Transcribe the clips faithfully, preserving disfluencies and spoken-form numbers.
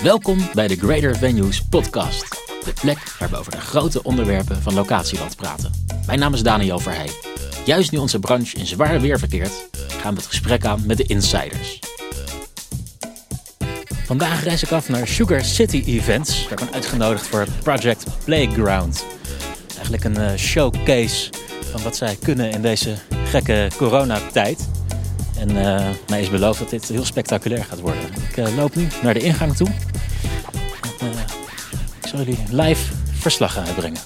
Welkom bij de Greater Venues podcast. De plek waar we over de grote onderwerpen van locatieland praten. Mijn naam is Daniel Verheij. Juist nu onze branche in zwaar weer verkeert, gaan we het gesprek aan met de insiders. Vandaag reis ik af naar Sugar City Events. Waar ik ben uitgenodigd voor Project Playground. Eigenlijk een uh, showcase van wat zij kunnen in deze gekke coronatijd. En uh, mij is beloofd dat dit heel spectaculair gaat worden. Ik uh, loop nu naar de ingang toe. En, uh, ik zal jullie live verslag gaan uitbrengen.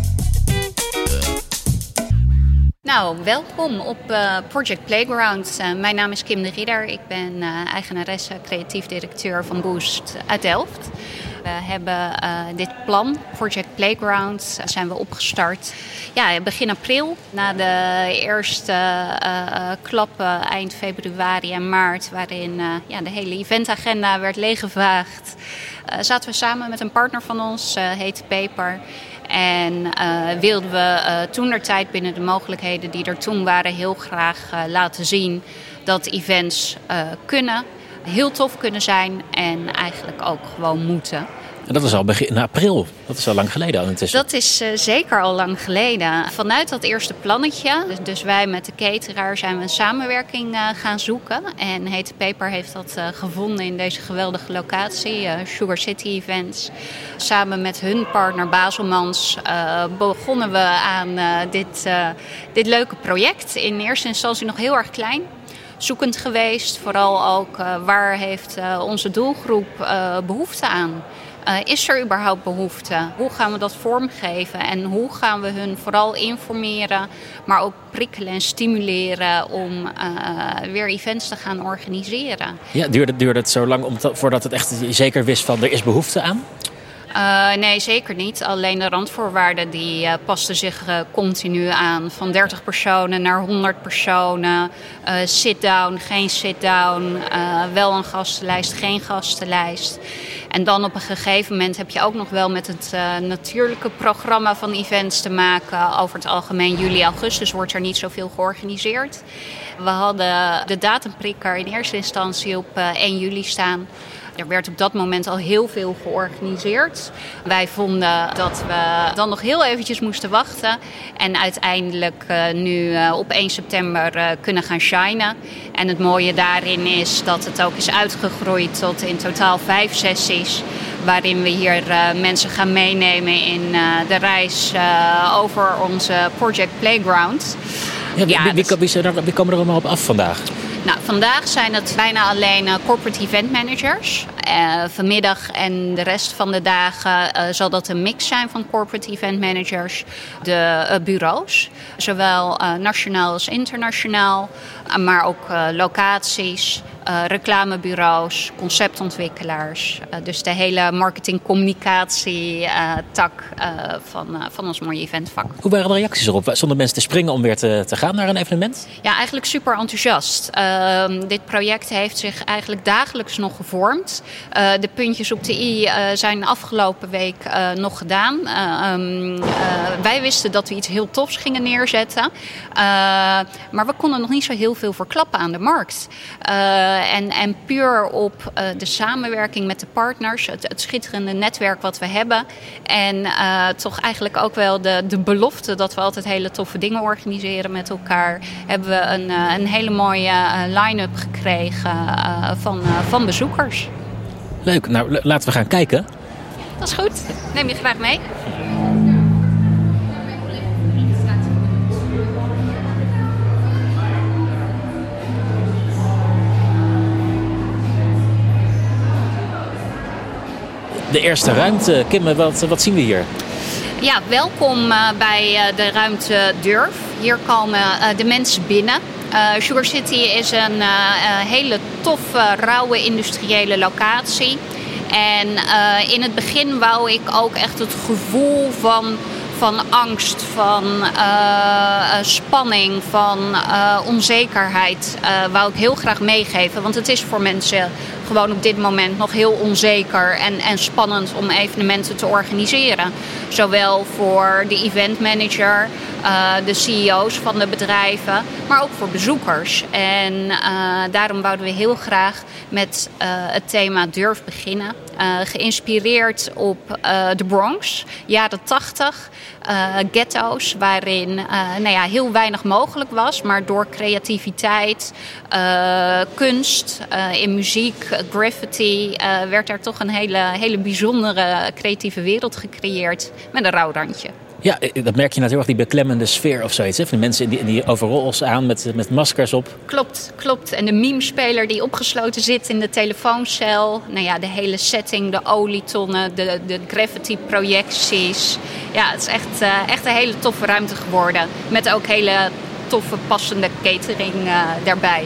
Nou, welkom op uh, Project Playground. Uh, mijn naam is Kim de Ridder. Ik ben uh, eigenaresse, creatief directeur van Boost uit Delft. We hebben uh, dit plan, Project Playground, uh, zijn we opgestart ja, begin april. Na de eerste uh, klappen eind februari en maart, waarin uh, ja, de hele eventagenda werd leeggevaagd, uh, zaten we samen met een partner van ons, uh, heet Paper. En uh, wilden we uh, toentertijd binnen de mogelijkheden die er toen waren heel graag uh, laten zien dat events uh, kunnen, heel tof kunnen zijn en eigenlijk ook gewoon moeten. En dat was al begin april. Dat is al lang geleden al intussen. Dat is uh, zeker al lang geleden. Vanuit dat eerste plannetje, dus, dus wij met de cateraar zijn we een samenwerking uh, gaan zoeken. En Hete Paper heeft dat uh, gevonden in deze geweldige locatie, uh, Sugar City Events. Samen met hun partner Baselmans uh, begonnen we aan uh, dit, uh, dit leuke project. In eerste instantie nog heel erg klein. Zoekend geweest, vooral ook uh, waar heeft uh, onze doelgroep uh, behoefte aan. Uh, is er überhaupt behoefte? Hoe gaan we dat vormgeven? En hoe gaan we hun vooral informeren, maar ook prikkelen en stimuleren om uh, weer events te gaan organiseren? Ja, duurde, duurde het zo lang om te, voordat het echt zeker wist van er is behoefte aan? Uh, nee, zeker niet. Alleen de randvoorwaarden die uh, pasten zich uh, continu aan. Van dertig personen naar honderd personen. Uh, sit-down, geen sit-down. Uh, wel een gastenlijst, geen gastenlijst. En dan op een gegeven moment heb je ook nog wel met het uh, natuurlijke programma van events te maken. Over het algemeen juli, augustus wordt er niet zoveel georganiseerd. We hadden de datumprikker in eerste instantie op uh, één juli staan. Er werd op dat moment al heel veel georganiseerd. Wij vonden dat we dan nog heel eventjes moesten wachten. En uiteindelijk uh, nu uh, op één september uh, kunnen gaan shinen. En het mooie daarin is dat het ook is uitgegroeid tot in totaal vijf sessies. Waarin we hier uh, mensen gaan meenemen in uh, de reis uh, over onze Project Playground. Ja, wie, ja, wie, wie, wie, wie, wie komen er allemaal op af vandaag? Nou, vandaag zijn het bijna alleen uh, corporate event managers. Uh, vanmiddag en de rest van de dagen uh, zal dat een mix zijn van corporate event managers. De uh, bureaus, zowel uh, nationaal als internationaal, uh, maar ook uh, locaties, uh, reclamebureaus, conceptontwikkelaars. Uh, dus de hele marketing-communicatie uh, tak uh, van, uh, van ons mooie eventvak. Hoe waren de reacties erop? Stonden mensen te springen om weer te, te gaan naar een evenement? Ja, eigenlijk super enthousiast. Uh, dit project heeft zich eigenlijk dagelijks nog gevormd. Uh, de puntjes op de i uh, zijn afgelopen week uh, nog gedaan. Uh, um, uh, wij wisten dat we iets heel tofs gingen neerzetten. Uh, maar we konden nog niet zo heel veel verklappen aan de markt. Uh, en, en puur op uh, de samenwerking met de partners, het, het schitterende netwerk wat we hebben. En uh, toch eigenlijk ook wel de, de belofte dat we altijd hele toffe dingen organiseren met elkaar. Hebben we een, uh, een hele mooie uh, line-up gekregen uh, van, uh, van bezoekers. Leuk, nou laten we gaan kijken. Dat is goed, neem je graag mee. De eerste ruimte, Kim, wat, wat zien we hier? Ja, welkom uh, bij uh, de ruimte Durf. Hier komen uh, de mensen binnen. Uh, Sugar City is een uh, hele toffe, rauwe industriële locatie. En uh, in het begin wou ik ook echt het gevoel van, van angst, van uh, spanning, van uh, onzekerheid uh, wou ik heel graag meegeven. Want het is voor mensen gewoon op dit moment nog heel onzeker en, en spannend om evenementen te organiseren. Zowel voor de eventmanager, uh, de C E O's van de bedrijven, maar ook voor bezoekers. En uh, daarom wouden we heel graag met uh, het thema Durf beginnen. Uh, geïnspireerd op uh, de Bronx, jaren tachtig, uh, ghetto's waarin uh, nou ja, heel weinig mogelijk was. Maar door creativiteit, uh, kunst, uh, in muziek, graffiti, uh, werd er toch een hele, hele bijzondere creatieve wereld gecreëerd met een rouwrandje. Ja, dat merk je natuurlijk, die beklemmende sfeer of zoiets. Hè? Van die mensen in die, in die overalls aan met, met maskers op. Klopt, klopt. En de memespeler die opgesloten zit in de telefooncel. Nou ja, de hele setting, de olietonnen, de, de graffiti-projecties. Ja, het is echt, uh, echt een hele toffe ruimte geworden. Met ook hele toffe, passende catering uh, daarbij.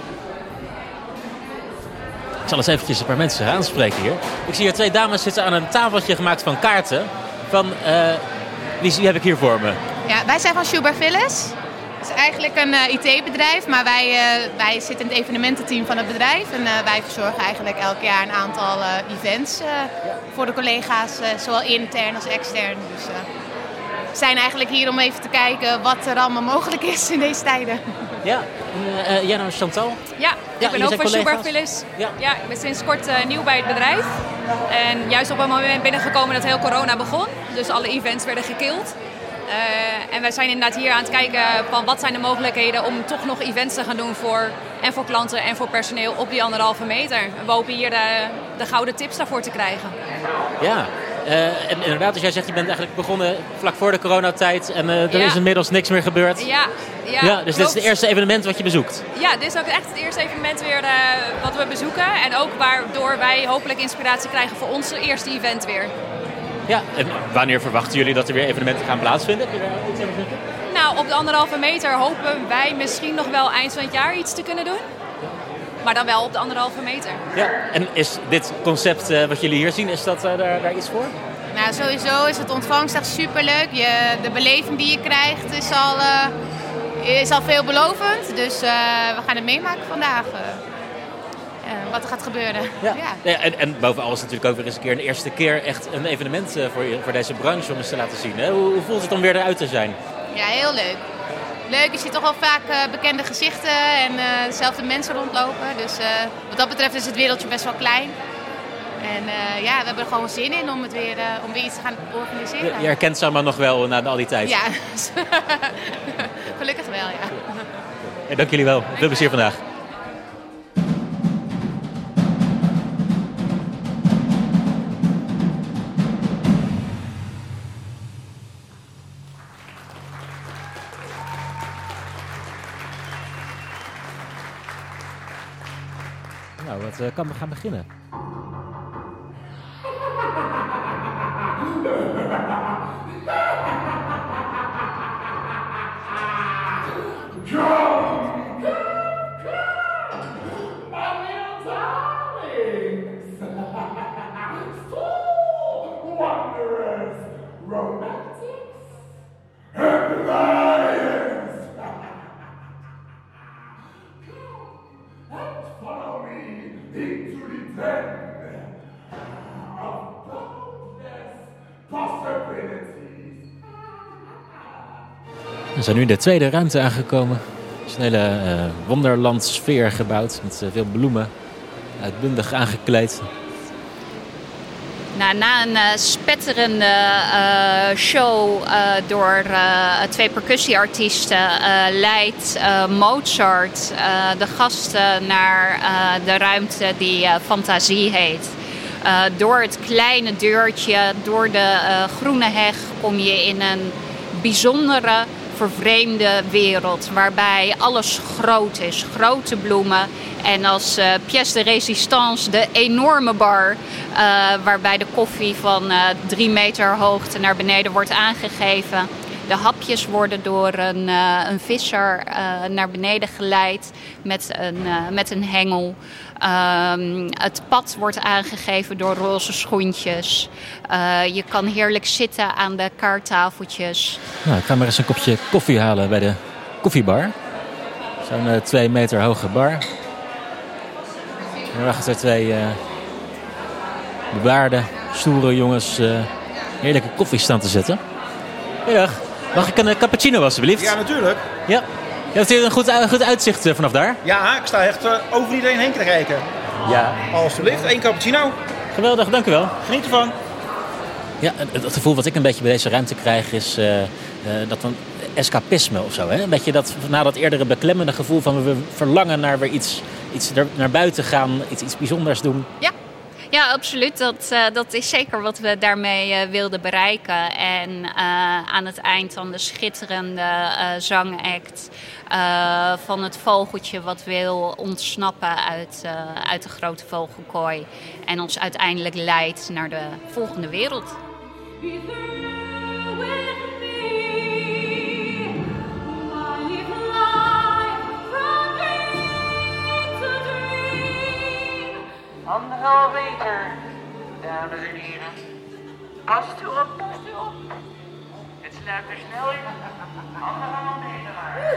Ik zal eens eventjes een paar mensen aanspreken hier. Ik zie hier twee dames zitten aan een tafeltje gemaakt van kaarten. Van... Uh, Wie heb ik hier voor me? Ja, wij zijn van Sugar Phyllis. Het is eigenlijk een uh, I T-bedrijf, maar wij, uh, wij zitten in het evenemententeam van het bedrijf. En uh, wij verzorgen eigenlijk elk jaar een aantal uh, events uh, voor de collega's, uh, zowel intern als extern. Dus uh, we zijn eigenlijk hier om even te kijken wat er allemaal mogelijk is in deze tijden. Ja, en uh, jij nou Chantal? Ja, ja ik ben ook van Sugar Phyllis. Ja. ja, ik ben sinds kort uh, nieuw bij het bedrijf. En juist op een moment binnengekomen dat heel corona begon. Dus alle events werden gekild. Uh, en wij zijn inderdaad hier aan het kijken van wat zijn de mogelijkheden om toch nog events te gaan doen voor, en voor klanten en voor personeel op die anderhalve meter. We hopen hier de, de gouden tips daarvoor te krijgen. Ja, uh, en inderdaad, dus jij zegt je bent eigenlijk begonnen vlak voor de coronatijd en uh, er ja. is inmiddels niks meer gebeurd. Ja, ja, ja dus dit is het eerste evenement wat je bezoekt? Ja, dit is ook echt het eerste evenement weer uh, wat we bezoeken. En ook waardoor wij hopelijk inspiratie krijgen voor ons eerste event weer. Ja, en wanneer verwachten jullie dat er weer evenementen gaan plaatsvinden? Heb je daar iets over zeggen? Nou, op de anderhalve meter hopen wij misschien nog wel eind van het jaar iets te kunnen doen. Maar dan wel op de anderhalve meter. Ja, en is dit concept uh, wat jullie hier zien, is dat uh, daar, daar iets voor? Nou, sowieso is het ontvangst echt superleuk. Je, de beleving die je krijgt is al, uh, is al veelbelovend. Dus uh, we gaan het meemaken vandaag. Uh. Uh, wat er gaat gebeuren. Ja. Ja. Ja, en, en boven alles natuurlijk ook weer eens een keer een eerste keer echt een evenement uh, voor, voor deze branche om eens te laten zien. Hè? Hoe, hoe voelt het om weer eruit te zijn? Ja, heel leuk. Leuk, je ziet toch wel vaak uh, bekende gezichten en uh, dezelfde mensen rondlopen. Dus uh, wat dat betreft is het wereldje best wel klein. En uh, ja, we hebben er gewoon zin in om, het weer, uh, om weer iets te gaan organiseren. Je, je herkent ze allemaal nog wel na al die tijd? Ja, gelukkig wel, ja. Hey, dank jullie wel. Veel plezier vandaag. Nou, wat uh, kan we gaan beginnen? We zijn nu in de tweede ruimte aangekomen. Er is een hele uh, wonderlandsfeer gebouwd met uh, veel bloemen, uitbundig aangekleed. Nou, na een uh, spetterende uh, show uh, door uh, twee percussieartiesten uh, leidt uh, Mozart uh, de gasten naar uh, de ruimte die uh, Fantasie heet. Uh, door het kleine deurtje, door de uh, groene heg kom je in een bijzondere, vervreemde wereld waarbij alles groot is. Grote bloemen en als uh, pièce de résistance de enorme bar uh, waarbij de koffie van uh, drie meter hoogte naar beneden wordt aangegeven. De hapjes worden door een, uh, een visser uh, naar beneden geleid met een, uh, met een hengel. Um, het pad wordt aangegeven door roze schoentjes. Uh, je kan heerlijk zitten aan de kaarttafeltjes. Nou, ik ga maar eens een kopje koffie halen bij de koffiebar. Zo'n uh, twee meter hoge bar. En daarachter twee uh, bebaarde, stoere jongens uh, heerlijke koffie staan te zetten. Goedendag. Mag ik een uh, cappuccino alsjeblieft? Ja, natuurlijk. Ja. Je hebt hier een goed, uh, goed uitzicht uh, vanaf daar. Ja, ik sta echt uh, over iedereen heen te kijken. Ja. Alsjeblieft, één cappuccino. Geweldig, dank u wel. Geniet ervan. Ja, het gevoel wat ik een beetje bij deze ruimte krijg is uh, uh, dat van escapisme of zo. Hè? Een beetje dat, na dat eerdere beklemmende gevoel van we verlangen naar weer iets, iets naar buiten gaan, iets, iets bijzonders doen. Ja. Ja, absoluut. Dat, uh, dat is zeker wat we daarmee uh, wilden bereiken. En uh, aan het eind dan de schitterende uh, zangact uh, van het vogeltje wat wil ontsnappen uit, uh, uit de grote vogelkooi. En ons uiteindelijk leidt naar de volgende wereld. Anderhalf meter, dames en heren. Pas u op, pas u op. Het sluit er snel in. Anderhalf meter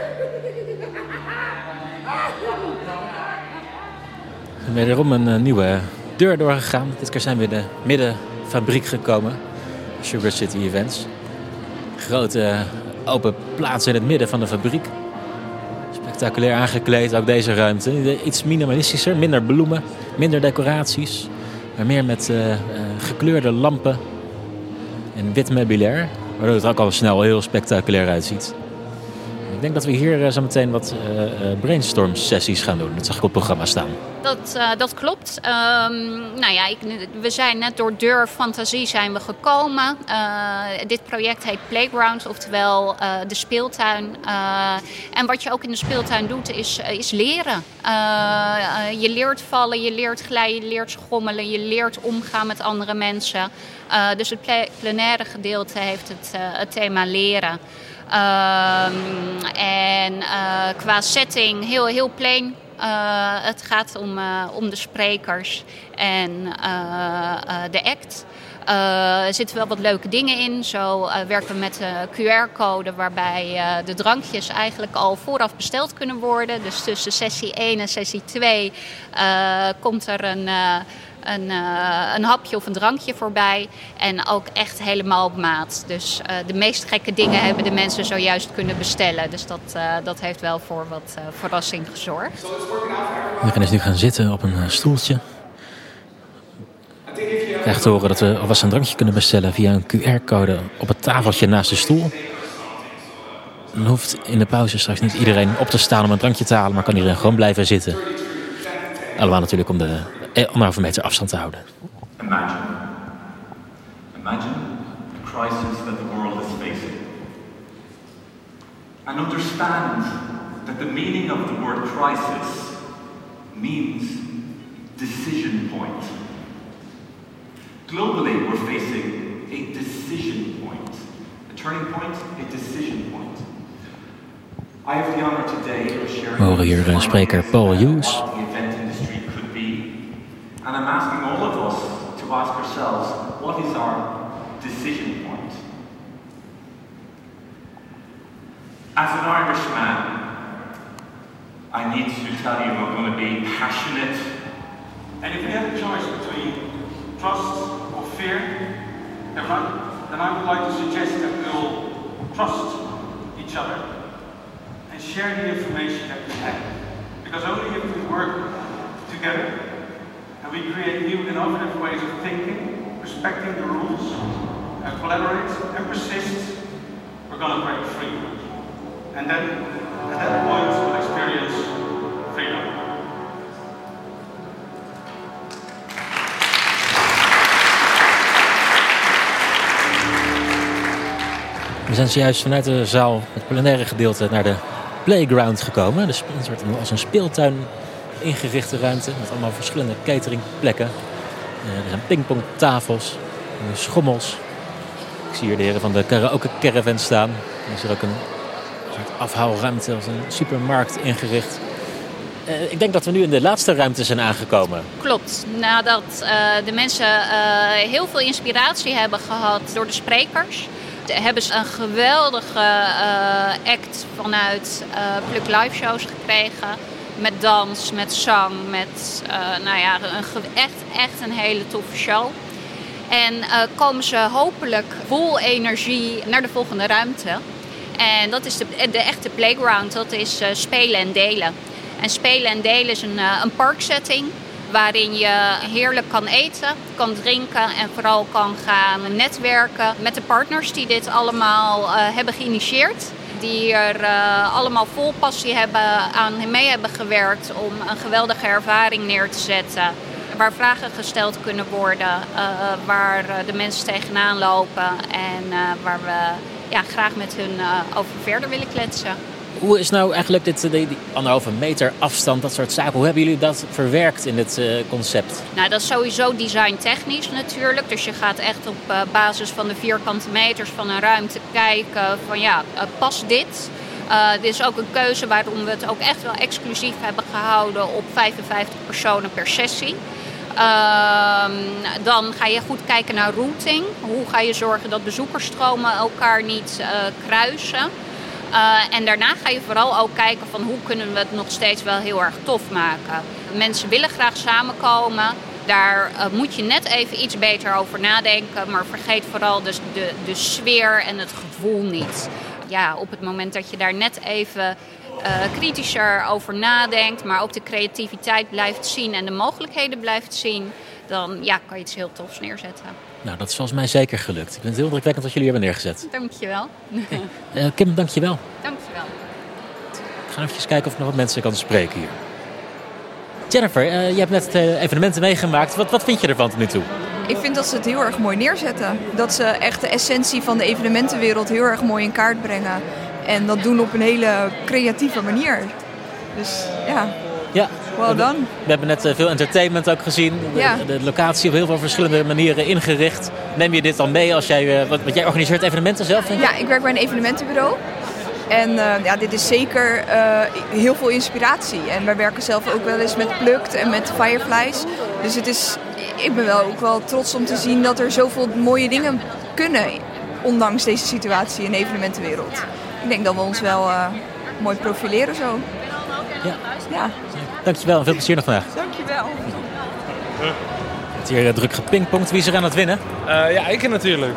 maar. We zijn wederom een uh, nieuwe deur doorgegaan. Dit keer zijn we in de middenfabriek gekomen. Sugar City Events. Grote uh, open plaats in het midden van de fabriek. Spectaculair aangekleed, ook deze ruimte. Iets minimalistischer, minder bloemen, minder decoraties. Maar meer met uh, uh, gekleurde lampen en wit meubilair. Waardoor het er ook al snel heel spectaculair uitziet. Ik denk dat we hier uh, zo meteen wat uh, uh, brainstorm sessies gaan doen. Dat zag ik op het programma staan. Dat, uh, dat klopt. Um, nou ja, ik, we zijn net door Deur Fantasie zijn we gekomen. Uh, dit project heet Playgrounds, oftewel uh, de speeltuin. Uh, en wat je ook in de speeltuin doet, is, uh, is leren. Uh, uh, je leert vallen, je leert glijden, je leert schommelen, je leert omgaan met andere mensen. Uh, dus het pla- plenaire gedeelte heeft het, uh, het thema leren. Um, en uh, qua setting heel, heel plain. Uh, het gaat om, uh, om de sprekers en uh, uh, de act. Uh, er zitten wel wat leuke dingen in. Zo uh, werken we met een Q R-code waarbij uh, de drankjes eigenlijk al vooraf besteld kunnen worden. Dus tussen sessie één en sessie twee uh, komt er een... Uh, Een, uh, een hapje of een drankje voorbij. En ook echt helemaal op maat. Dus uh, de meest gekke dingen hebben de mensen zojuist kunnen bestellen. Dus dat, uh, dat heeft wel voor wat uh, verrassing gezorgd. We gaan dus nu gaan zitten op een uh, stoeltje. Ik krijg te horen dat we alvast een drankje kunnen bestellen via een Q R-code op het tafeltje naast de stoel. Dan hoeft in de pauze straks niet iedereen op te staan om een drankje te halen, maar kan iedereen gewoon blijven zitten. Allemaal natuurlijk om de anderhalve meter afstand te houden. Imagine. Imagine the crisis that the world is facing. And understand that the meaning of the word crisis means decision point. Globally, we're facing a decision point. A turning point, a decision point. I have the honor today of sharing... We horen hier uh, spreker Paul Hughes. And I'm asking all of us to ask ourselves, what is our decision point? As an Irishman, I need to tell you I'm going to be passionate. And if we have a choice between trust or fear, then I would like to suggest that we'll trust each other and share the information that we have. Because only if we work together and we create new innovative ways of thinking, respecting the rules, and collaborate and persist, we're going to break free. And then, at that point, we'll experience freedom. We zijn zojuist vanuit de zaal, het plenaire gedeelte, naar de playground gekomen. Dus een soort als een speeltuin ingerichte ruimte met allemaal verschillende cateringplekken. Uh, er zijn pingpongtafels, schommels. Ik zie hier de heren van de karaoke caravan staan. Er is er ook een soort afhaalruimte als een supermarkt ingericht. Uh, ik denk dat we nu in de laatste ruimte zijn aangekomen. Klopt. Nadat uh, de mensen uh, heel veel inspiratie hebben gehad door de sprekers, hebben ze een geweldige uh, act vanuit uh, Pluk Live Shows gekregen. met dans, met zang, met uh, nou ja, een, echt, echt een hele toffe show. En uh, komen ze hopelijk vol energie naar de volgende ruimte. En dat is de, de echte playground, dat is uh, spelen en delen. En spelen en delen is een, uh, een parksetting waarin je heerlijk kan eten, kan drinken en vooral kan gaan netwerken met de partners die dit allemaal uh, hebben geïnitieerd. Die er uh, allemaal vol passie hebben, aan mee hebben gewerkt om een geweldige ervaring neer te zetten. Waar vragen gesteld kunnen worden, uh, waar uh, de mensen tegenaan lopen en uh, waar we ja, graag met hun uh, over verder willen kletsen. Hoe is nou eigenlijk dit, die, die anderhalve meter afstand, dat soort zaken? Hoe hebben jullie dat verwerkt in dit uh, concept? Nou, dat is sowieso designtechnisch natuurlijk. Dus je gaat echt op uh, basis van de vierkante meters van een ruimte kijken van ja, uh, past dit? Uh, dit is ook een keuze waarom we het ook echt wel exclusief hebben gehouden op vijfenvijftig personen per sessie. Uh, dan ga je goed kijken naar routing. Hoe ga je zorgen dat bezoekersstromen elkaar niet uh, kruisen? Uh, en daarna ga je vooral ook kijken van hoe kunnen we het nog steeds wel heel erg tof maken. Mensen willen graag samenkomen. Daar uh, moet je net even iets beter over nadenken. Maar vergeet vooral de, de, de sfeer en het gevoel niet. Ja, op het moment dat je daar net even uh, kritischer over nadenkt, maar ook de creativiteit blijft zien en de mogelijkheden blijft zien, dan ja, kan je iets heel tofs neerzetten. Nou, dat is volgens mij zeker gelukt. Ik vind het heel indrukwekkend wat jullie hebben neergezet. Dankjewel. Okay. Uh, Kim, dankjewel. Dankjewel. Ik ga even kijken of ik nog wat mensen kan spreken hier. Jennifer, uh, je hebt net uh, evenementen meegemaakt. Wat, wat vind je ervan tot nu toe? Ik vind dat ze het heel erg mooi neerzetten. Dat ze echt de essentie van de evenementenwereld heel erg mooi in kaart brengen. En dat doen op een hele creatieve manier. Dus ja, ja well done. We, we hebben net uh, veel entertainment ook gezien. De, ja. de locatie op heel veel verschillende manieren ingericht. Neem je dit dan mee als jij... Uh, wat, wat jij organiseert evenementen zelf? Denk ja, ik werk bij een evenementenbureau. En uh, ja, dit is zeker uh, heel veel inspiratie. En wij werken zelf ook wel eens met Plukt en met Fireflies. Dus het is, ik ben wel ook wel trots om te zien dat er zoveel mooie dingen kunnen. Ondanks deze situatie in de evenementenwereld. Ik denk dat we ons wel uh, mooi profileren zo. Ja. ja. Dankjewel en veel plezier nog vandaag. Dankjewel. Het hier uh, druk gepingpongd. Wie is er aan het winnen? Uh, ja, ik natuurlijk.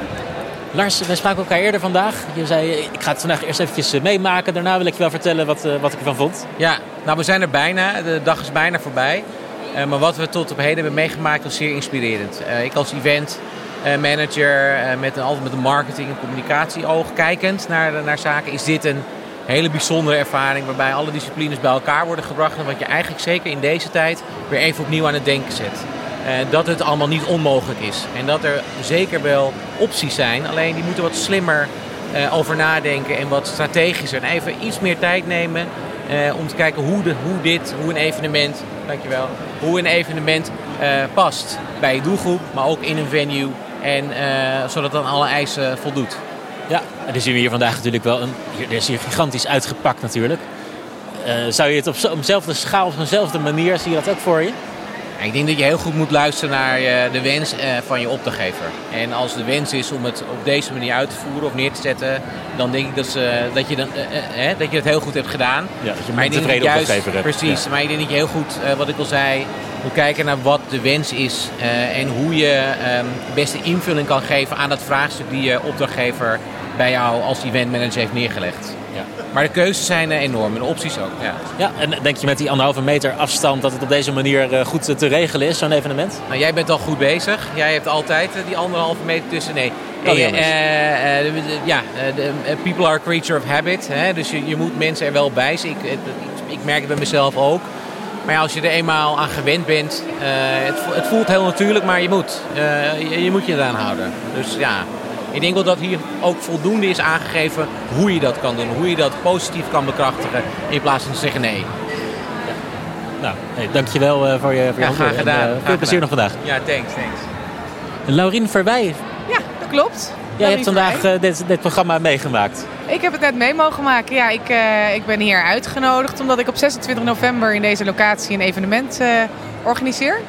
Lars, wij spraken elkaar eerder vandaag. Je zei, ik ga het vandaag eerst eventjes meemaken. Daarna wil ik je wel vertellen wat, uh, wat ik ervan vond. Ja, nou we zijn er bijna. De dag is bijna voorbij. Uh, maar wat we tot op heden hebben meegemaakt was zeer inspirerend. Uh, ik als event uh, manager, uh, met een, altijd met een marketing- en communicatieoog kijkend naar, naar zaken, is dit een hele bijzondere ervaring waarbij alle disciplines bij elkaar worden gebracht. En wat je eigenlijk zeker in deze tijd weer even opnieuw aan het denken zet. Uh, dat het allemaal niet onmogelijk is. En dat er zeker wel opties zijn. Alleen die moeten wat slimmer uh, over nadenken en wat strategischer. En even iets meer tijd nemen uh, om te kijken hoe, de, hoe dit, hoe een evenement, dankjewel, hoe een evenement uh, past bij je doelgroep, maar ook in een venue. En uh, zodat dan alle eisen voldoet. Ja, en dan zien we hier vandaag natuurlijk wel. Een, hier is hier gigantisch uitgepakt natuurlijk. Uh, zou je het op, zo, op dezelfde schaal, op dezelfde manier, zie je dat ook voor je? Ik denk dat je heel goed moet luisteren naar de wens van je opdrachtgever. En als de wens is om het op deze manier uit te voeren of neer te zetten, dan denk ik dat, ze, dat, je, dan, eh, eh, dat je het heel goed hebt gedaan. Ja, dat je maar een tevreden juist, opdrachtgever hebt. Precies, ja. Maar ik denk dat je heel goed, uh, wat ik al zei, moet kijken naar wat de wens is. Uh, en hoe je um, de beste invulling kan geven aan dat vraagstuk die je opdrachtgever bij jou als eventmanager heeft neergelegd. Ja. Maar de keuzes zijn enorm en de opties ook. Ja. Ja, en denk je met die anderhalve meter afstand dat het op deze manier goed te regelen is, zo'n evenement? Nou, jij bent al goed bezig. Jij hebt altijd die anderhalve meter tussen. Nee. Oh, uh, uh, uh, ja, uh, people are a creature of habit. Hè? Dus je, je moet mensen er wel bij zijn. Ik, ik, ik merk het bij mezelf ook. Maar ja, als je er eenmaal aan gewend bent, uh, het, het voelt heel natuurlijk, maar je moet. Uh, je, je moet je eraan houden. Dus ja. Ik denk wel dat hier ook voldoende is aangegeven hoe je dat kan doen. Hoe je dat positief kan bekrachtigen in plaats van te zeggen nee. Ja. Nou, hey, dankjewel uh, voor je, voor je ja, graag gedaan. En, uh, veel plezier nog vandaag. Ja, thanks, thanks. Laurien Verwij. Ja, dat klopt. Jij hebt vandaag uh, dit, dit programma meegemaakt. Ik heb het net mee mogen maken. Ja, ik, uh, ik ben hier uitgenodigd omdat ik op zesentwintig november in deze locatie een evenement uh, organiseer.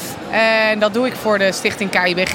En dat doe ik voor de stichting K I B G.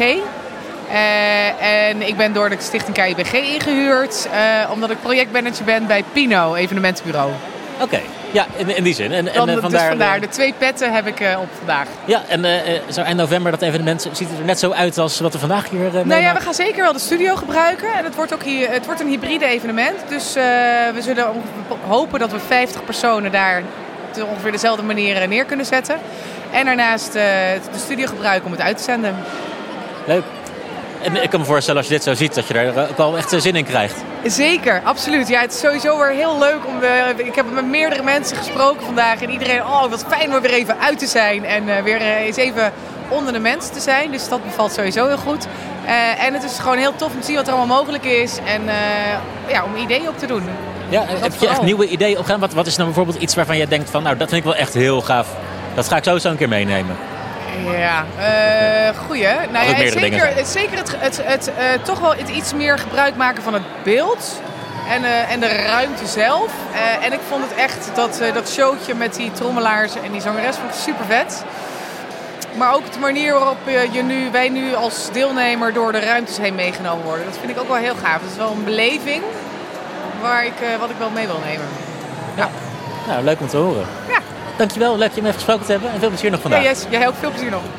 Uh, en ik ben door de stichting K I B G ingehuurd uh, omdat ik projectmanager ben bij Pino, evenementenbureau. Oké, okay. ja, in, in die zin. En, Dan, en, uh, vandaar, dus vandaar, de twee petten heb ik uh, op vandaag. Ja, en uh, zo eind november, dat evenement, ziet het er net zo uit als wat we vandaag hier uh, Nou ja, we gaan zeker wel de studio gebruiken. En het wordt ook hier, het wordt een hybride evenement. Dus uh, we zullen hopen dat we vijftig personen daar op ongeveer dezelfde manier neer kunnen zetten. En daarnaast uh, de studio gebruiken om het uit te zenden. Leuk. En ik kan me voorstellen, als je dit zo ziet, dat je daar ook wel echt zin in krijgt. Zeker, absoluut. Ja, het is sowieso weer heel leuk. om. De, ik heb met meerdere mensen gesproken vandaag. En iedereen, oh wat fijn om weer even uit te zijn. En uh, weer uh, eens even onder de mensen te zijn. Dus dat bevalt sowieso heel goed. Uh, en het is gewoon heel tof om te zien wat er allemaal mogelijk is. En uh, ja, om ideeën op te doen. Ja, dat heb je echt nieuwe ideeën opgedaan? Wat, wat is nou bijvoorbeeld iets waarvan jij denkt van, nou dat vind ik wel echt heel gaaf. Dat ga ik sowieso een keer meenemen. Ja, uh, goeie. Nou, ja, zeker het, zeker het, het, het uh, toch wel het iets meer gebruik maken van het beeld en, uh, en de ruimte zelf. Uh, en ik vond het echt, dat, uh, dat showtje met die trommelaars en die zangeres vond ik super vet. Maar ook de manier waarop uh, je nu, wij nu als deelnemer door de ruimtes heen meegenomen worden. Dat vind ik ook wel heel gaaf. Het is wel een beleving waar ik, uh, wat ik wel mee wil nemen. Ja. Nou, leuk om te horen. Ja. Dankjewel, leuk je me even gesproken te hebben en veel plezier nog vandaag. Ja, yes, jij ook veel plezier nog.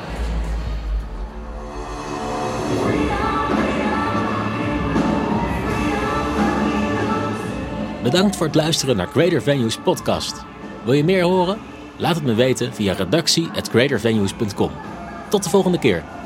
Bedankt voor het luisteren naar Greater Venues podcast. Wil je meer horen? Laat het me weten via redactie at greater venues punt com. Tot de volgende keer.